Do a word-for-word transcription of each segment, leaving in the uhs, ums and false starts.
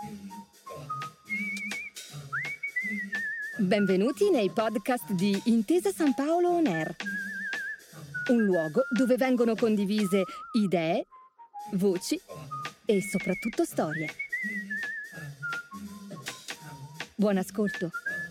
Benvenuti nei podcast di Intesa San Paolo On Air, un luogo dove vengono condivise idee, voci e soprattutto storie. Buon ascolto.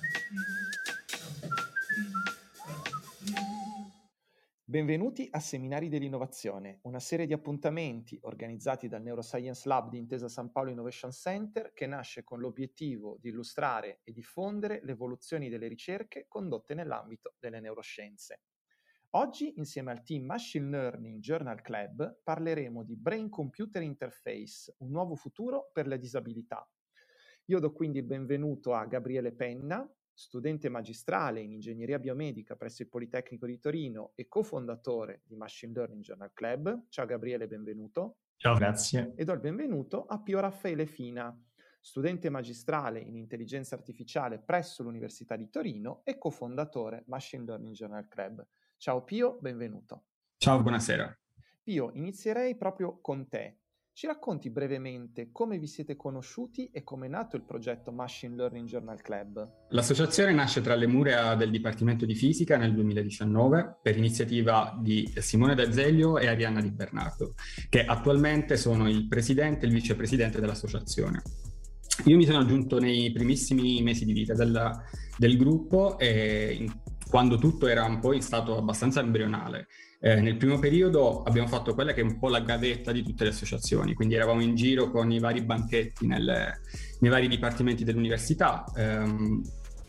Benvenuti a Seminari dell'Innovazione, una serie di appuntamenti organizzati dal Neuroscience Lab di Intesa San Paolo Innovation Center che nasce con l'obiettivo di illustrare e diffondere le evoluzioni delle ricerche condotte nell'ambito delle neuroscienze. Oggi, insieme al team Machine Learning Journal Club, parleremo di Brain Computer Interface, un nuovo futuro per le disabilità. Io do quindi il benvenuto a Gabriele Penna, studente magistrale in ingegneria biomedica presso il Politecnico di Torino e cofondatore di Machine Learning Journal Club. Ciao Gabriele, benvenuto. Ciao, grazie. E do il benvenuto a Pio Raffaele Fina, studente magistrale in intelligenza artificiale presso l'Università di Torino e cofondatore Machine Learning Journal Club. Ciao Pio, benvenuto. Ciao, buonasera. Pio, inizierei proprio con te. Ci racconti brevemente come vi siete conosciuti e come è nato il progetto Machine Learning Journal Club? L'associazione nasce tra le mura del Dipartimento di Fisica nel duemiladiciannove per iniziativa di Simone D'Azeglio e Arianna Di Bernardo, che attualmente sono il presidente e il vicepresidente dell'associazione. Io mi sono aggiunto nei primissimi mesi di vita del, del gruppo, e in, quando tutto era un po' in stato abbastanza embrionale. Eh, nel primo periodo abbiamo fatto quella che è un po' la gavetta di tutte le associazioni, quindi eravamo in giro con i vari banchetti nelle, nei vari dipartimenti dell'università, ehm,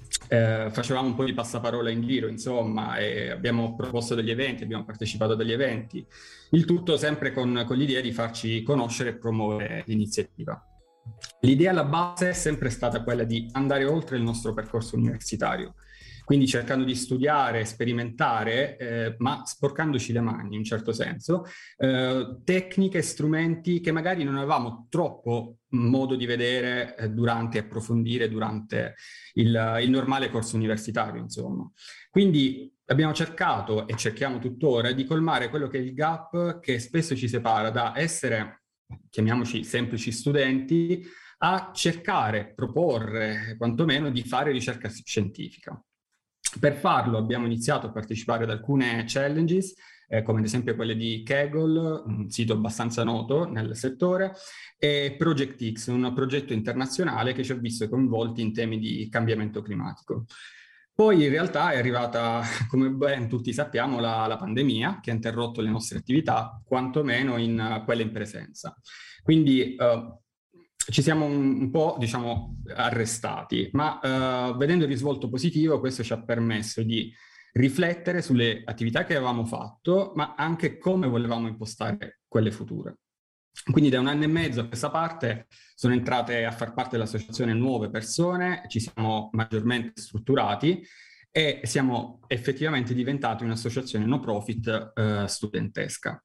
eh, facevamo un po' di passaparola in giro, insomma, e abbiamo proposto degli eventi, abbiamo partecipato a degli eventi, il tutto sempre con, con l'idea di farci conoscere e promuovere l'iniziativa. L'idea alla base è sempre stata quella di andare oltre il nostro percorso universitario, quindi cercando di studiare, sperimentare, eh, ma sporcandoci le mani in un certo senso, eh, tecniche e strumenti che magari non avevamo troppo modo di vedere eh, durante e approfondire durante il, il normale corso universitario, insomma. Quindi abbiamo cercato e cerchiamo tuttora di colmare quello che è il gap che spesso ci separa da essere, chiamiamoci semplici studenti, a cercare, proporre, quantomeno di fare ricerca scientifica. Per farlo abbiamo iniziato a partecipare ad alcune challenges, eh, come ad esempio quelle di Kaggle, un sito abbastanza noto nel settore, e Project X, un progetto internazionale che ci ha visto coinvolti in temi di cambiamento climatico. Poi in realtà è arrivata, come ben tutti sappiamo, la, la pandemia che ha interrotto le nostre attività, quantomeno in uh, quelle in presenza. Quindi uh, ci siamo un, un po', diciamo, arrestati, ma uh, vedendo il risvolto positivo questo ci ha permesso di riflettere sulle attività che avevamo fatto, ma anche come volevamo impostare quelle future. Quindi da un anno e mezzo a questa parte sono entrate a far parte dell'associazione nuove persone, ci siamo maggiormente strutturati e siamo effettivamente diventati un'associazione no profit eh, studentesca.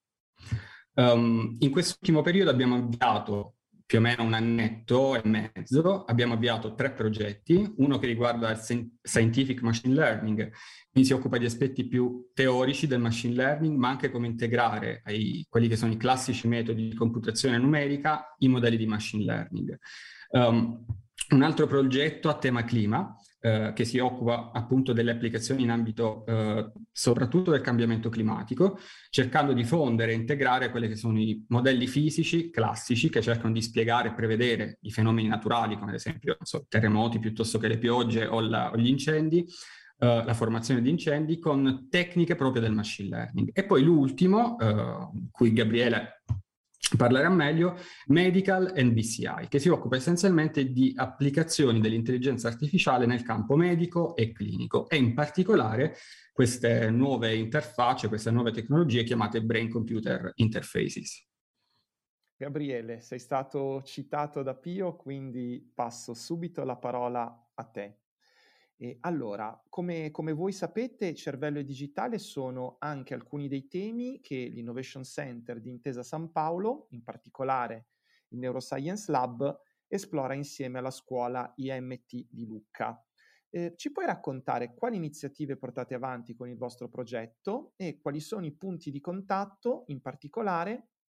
Um, in quest'ultimo periodo abbiamo avviato più o meno un annetto e mezzo, abbiamo avviato tre progetti, uno che riguarda il Scientific Machine Learning, quindi si occupa di aspetti più teorici del machine learning, ma anche come integrare ai, quelli che sono i classici metodi di computazione numerica i modelli di machine learning. Um, un altro progetto a tema clima, eh, che si occupa appunto delle applicazioni in ambito eh, soprattutto del cambiamento climatico, cercando di fondere e integrare quelli che sono i modelli fisici classici che cercano di spiegare e prevedere i fenomeni naturali, come ad esempio non so, terremoti piuttosto che le piogge o, la, o gli incendi, Uh, la formazione di incendi, con tecniche proprio del machine learning. E poi l'ultimo, uh, cui Gabriele parlerà meglio, Medical and B C I, che si occupa essenzialmente di applicazioni dell'intelligenza artificiale nel campo medico e clinico, e in particolare queste nuove interfacce, queste nuove tecnologie chiamate Brain Computer Interfaces. Gabriele, sei stato citato da Pio, quindi passo subito la parola a te. E allora, come, come voi sapete, cervello e digitale sono anche alcuni dei temi che l'Innovation Center di Intesa San Paolo, in particolare il Neuroscience Lab, esplora insieme alla scuola I M T di Lucca. Eh, ci puoi raccontare quali iniziative portate avanti con il vostro progetto e quali sono i punti di contatto, in particolare,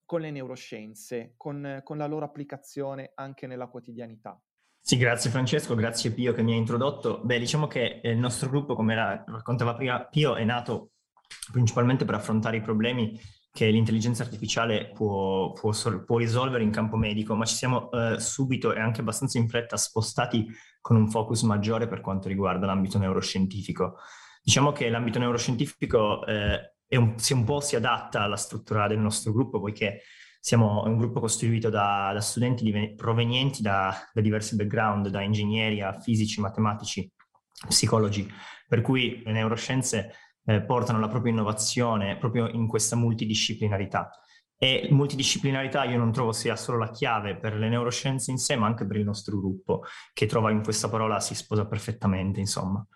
con le neuroscienze, con, con la loro applicazione anche nella quotidianità. Sì, grazie Francesco, grazie Pio che mi ha introdotto. Beh, diciamo che il nostro gruppo, come raccontava prima Pio, è nato principalmente per affrontare i problemi che l'intelligenza artificiale può, può, può risolvere in campo medico, ma ci siamo eh, subito e anche abbastanza in fretta spostati con un focus maggiore per quanto riguarda l'ambito neuroscientifico. Diciamo che l'ambito neuroscientifico eh, è un, si un po' si adatta alla struttura del nostro gruppo, poiché siamo un gruppo costituito da, da studenti di, provenienti da, da diversi background, da ingegneri a fisici, matematici, psicologi, per cui le neuroscienze eh, portano la propria innovazione proprio in questa multidisciplinarità. E multidisciplinarità io non trovo sia solo la chiave per le neuroscienze in sé, ma anche per il nostro gruppo, che trova in questa parola si sposa perfettamente, insomma.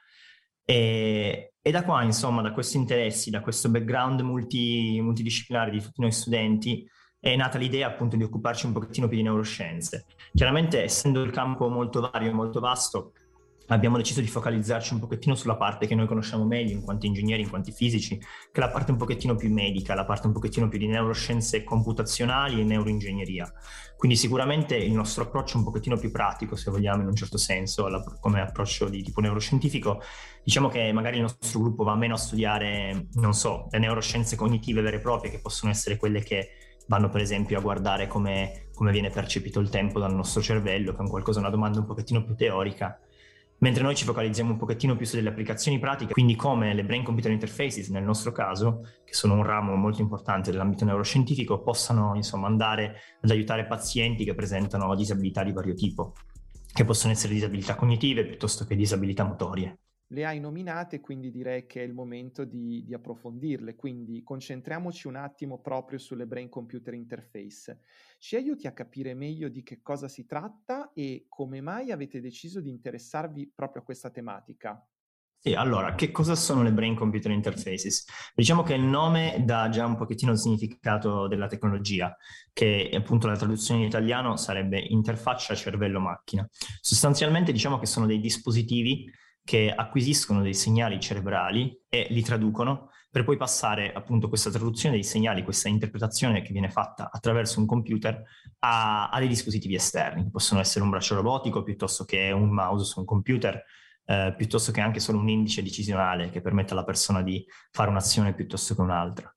E, e da qua, insomma, da questi interessi, da questo background multi, multidisciplinare di tutti noi studenti, è nata l'idea appunto di occuparci un pochettino più di neuroscienze. Chiaramente, essendo il campo molto vario e molto vasto, abbiamo deciso di focalizzarci un pochettino sulla parte che noi conosciamo meglio in quanto ingegneri, in quanto fisici, che è la parte un pochettino più medica, la parte un pochettino più di neuroscienze computazionali e neuroingegneria. Quindi sicuramente il nostro approccio è un pochettino più pratico, se vogliamo, in un certo senso, alla, come approccio di tipo neuroscientifico. Diciamo che magari il nostro gruppo va meno a studiare, non so, le neuroscienze cognitive vere e proprie, che possono essere quelle che vanno per esempio a guardare come, come viene percepito il tempo dal nostro cervello, che è un qualcosa, una domanda un pochettino più teorica. Mentre noi ci focalizziamo un pochettino più su delle applicazioni pratiche, quindi come le brain computer interfaces nel nostro caso, che sono un ramo molto importante dell'ambito neuroscientifico, possano insomma andare ad aiutare pazienti che presentano disabilità di vario tipo, che possono essere disabilità cognitive piuttosto che disabilità motorie. Le hai nominate, quindi direi che è il momento di, di approfondirle, quindi concentriamoci un attimo proprio sulle brain computer interface. Ci aiuti a capire meglio di che cosa si tratta e come mai avete deciso di interessarvi proprio a questa tematica? Sì, allora, che cosa sono le brain computer interfaces? Diciamo che il nome dà già un pochettino il significato della tecnologia, che appunto la traduzione in italiano sarebbe interfaccia cervello-macchina. Sostanzialmente diciamo che sono dei dispositivi che acquisiscono dei segnali cerebrali e li traducono per poi passare appunto questa traduzione dei segnali, questa interpretazione che viene fatta attraverso un computer a, a dei dispositivi esterni, che possono essere un braccio robotico piuttosto che un mouse su un computer, eh, piuttosto che anche solo un indice decisionale che permette alla persona di fare un'azione piuttosto che un'altra.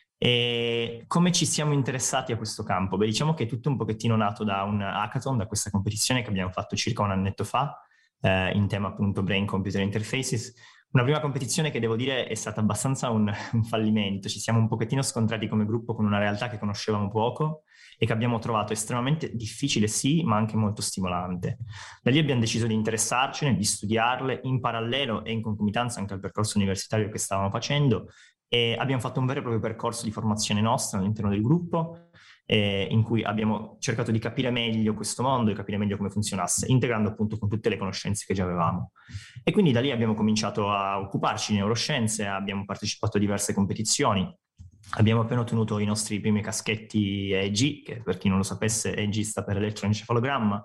E come ci siamo interessati a questo campo? Beh, diciamo che è tutto un pochettino nato da un hackathon, da questa competizione che abbiamo fatto circa un annetto fa, eh, in tema appunto brain computer interfaces. Una prima competizione che devo dire è stata abbastanza un, un fallimento. Ci siamo un pochettino scontrati come gruppo con una realtà che conoscevamo poco e che abbiamo trovato estremamente difficile, sì, ma anche molto stimolante. Da lì abbiamo deciso di interessarcene, di studiarle in parallelo e in concomitanza anche al percorso universitario che stavamo facendo, e abbiamo fatto un vero e proprio percorso di formazione nostra all'interno del gruppo, eh, in cui abbiamo cercato di capire meglio questo mondo e capire meglio come funzionasse, integrando appunto con tutte le conoscenze che già avevamo. E quindi da lì abbiamo cominciato a occuparci di neuroscienze, abbiamo partecipato a diverse competizioni, abbiamo appena ottenuto i nostri primi caschetti E E G, che per chi non lo sapesse E E G sta per elettroencefalogramma,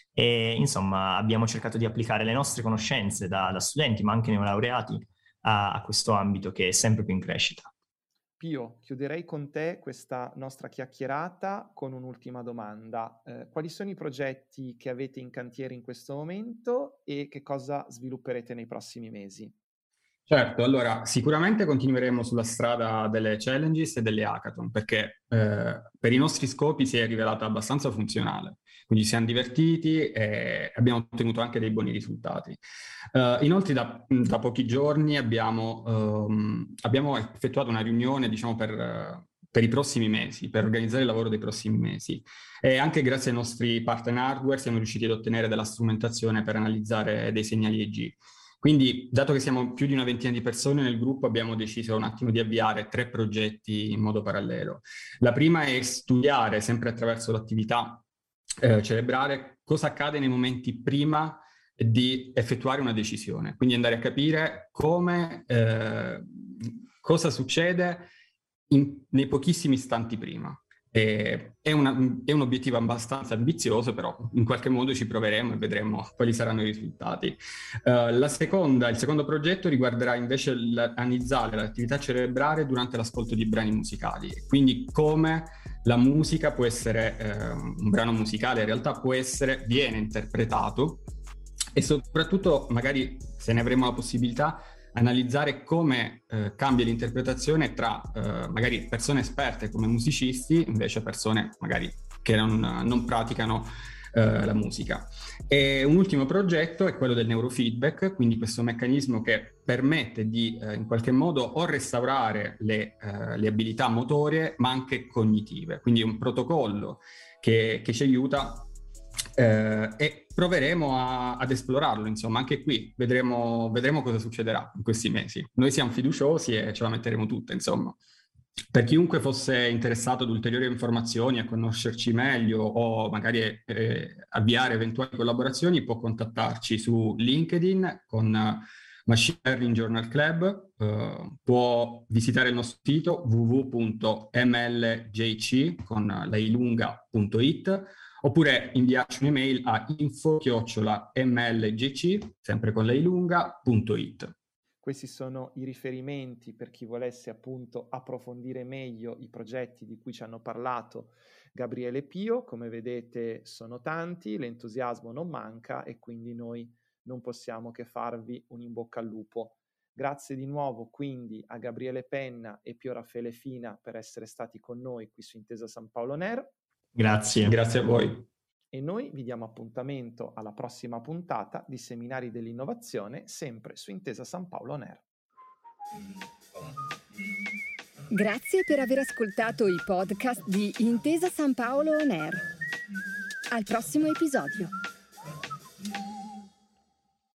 e insomma abbiamo cercato di applicare le nostre conoscenze da, da studenti, ma anche neolaureati, a, a questo ambito che è sempre più in crescita. Pio, chiuderei con te questa nostra chiacchierata con un'ultima domanda. Eh, quali sono i progetti che avete in cantiere in questo momento e che cosa svilupperete nei prossimi mesi? Certo, allora sicuramente continueremo sulla strada delle challenges e delle hackathon, perché eh, per i nostri scopi si è rivelata abbastanza funzionale, quindi ci siamo divertiti e abbiamo ottenuto anche dei buoni risultati. Uh, inoltre da, da pochi giorni abbiamo, um, abbiamo effettuato una riunione, diciamo, per, uh, per i prossimi mesi, per organizzare il lavoro dei prossimi mesi, e anche grazie ai nostri partner hardware siamo riusciti ad ottenere della strumentazione per analizzare dei segnali E E G. Quindi, dato che siamo più di una ventina di persone nel gruppo, abbiamo deciso un attimo di avviare tre progetti in modo parallelo. La prima è studiare, sempre attraverso l'attività eh, cerebrale, cosa accade nei momenti prima di effettuare una decisione. Quindi andare a capire come, eh, cosa succede in, nei pochissimi istanti prima. E, è, una, è un obiettivo abbastanza ambizioso, però in qualche modo ci proveremo e vedremo quali saranno i risultati. Uh, la seconda, il secondo progetto riguarderà invece l'analizzare l'attività cerebrale durante l'ascolto di brani musicali, quindi come la musica può essere, eh, un brano musicale in realtà può essere, viene interpretato, e soprattutto magari, se ne avremo la possibilità, analizzare come eh, cambia l'interpretazione tra eh, magari persone esperte come musicisti, invece persone magari che non, non praticano eh, la musica. E un ultimo progetto è quello del neurofeedback, quindi questo meccanismo che permette di eh, in qualche modo o restaurare le, eh, le abilità motorie ma anche cognitive, quindi un protocollo che, che ci aiuta. Eh, e proveremo a, ad esplorarlo, insomma, anche qui vedremo, vedremo cosa succederà in questi mesi. Noi siamo fiduciosi e ce la metteremo tutta, insomma. Per chiunque fosse interessato ad ulteriori informazioni, a conoscerci meglio o magari eh, avviare eventuali collaborazioni, può contattarci su LinkedIn con Machine Learning Journal Club, eh, può visitare il nostro sito w w w punto m l j c con la i lunga punto i t, oppure inviarci un'email a info chiocciola m l g c, sempre con la i lunga, punto i t. Questi sono i riferimenti per chi volesse appunto approfondire meglio i progetti di cui ci hanno parlato Gabriele e Pio. Come vedete sono tanti, l'entusiasmo non manca e quindi noi non possiamo che farvi un in bocca al lupo. Grazie di nuovo quindi a Gabriele Penna e Pio Raffaele Fina per essere stati con noi qui su Intesa San Paolo On Air. Grazie. Grazie a voi. E noi vi diamo appuntamento alla prossima puntata di Seminari dell'Innovazione, sempre su Intesa San Paolo On Air. Grazie per aver ascoltato i podcast di Intesa San Paolo On Air. Al prossimo episodio.